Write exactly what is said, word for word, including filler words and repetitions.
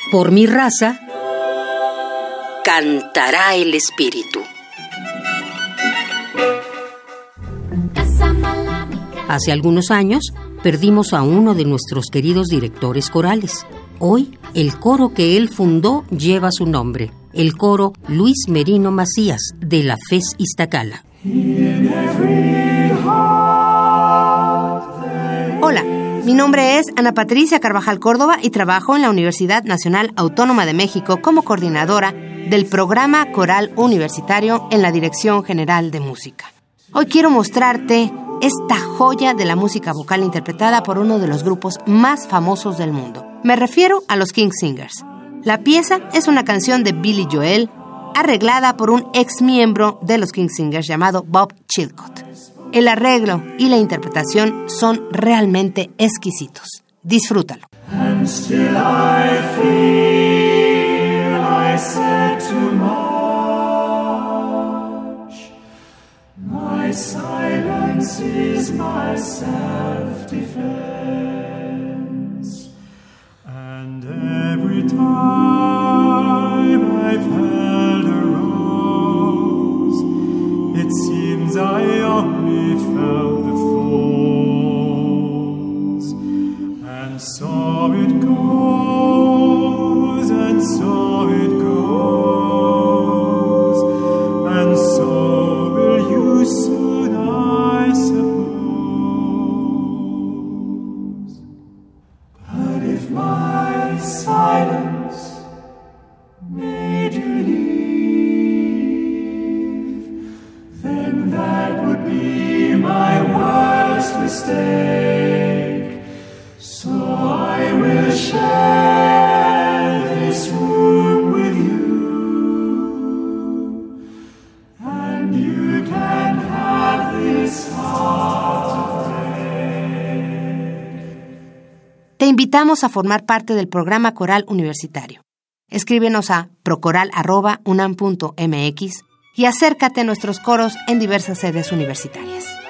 Por mi raza, cantará el espíritu. Hace algunos años, perdimos a uno de nuestros queridos directores corales. Hoy, el coro que él fundó lleva su nombre, el coro Luis Merino Macías, de la F E S Iztacala. Hola, mi nombre es Ana Patricia Carvajal Córdoba y trabajo en la Universidad Nacional Autónoma de México como coordinadora del programa coral universitario en la Dirección General de Música. Hoy quiero mostrarte esta joya de la música vocal interpretada por uno de los grupos más famosos del mundo. Me refiero a los King Singers. La pieza es una canción de Billy Joel, arreglada por un ex miembro de los King Singers llamado Bob Chilcott. El arreglo y la interpretación son realmente exquisitos. Disfrútalo. And still I feel I said too much. My silence is my self-defense. And every time I've held a rose, it seems I only felt the thorns. And so it goes, and so it goes, and so will you soon, I suppose. But if my silence made you leave, then that would be my worst mistake. So I will share this room with you, and you can have this heart to break. Te invitamos a formar parte del programa coral universitario. Escríbenos a procoral arroba unam punto m x y acércate a nuestros coros en diversas sedes universitarias.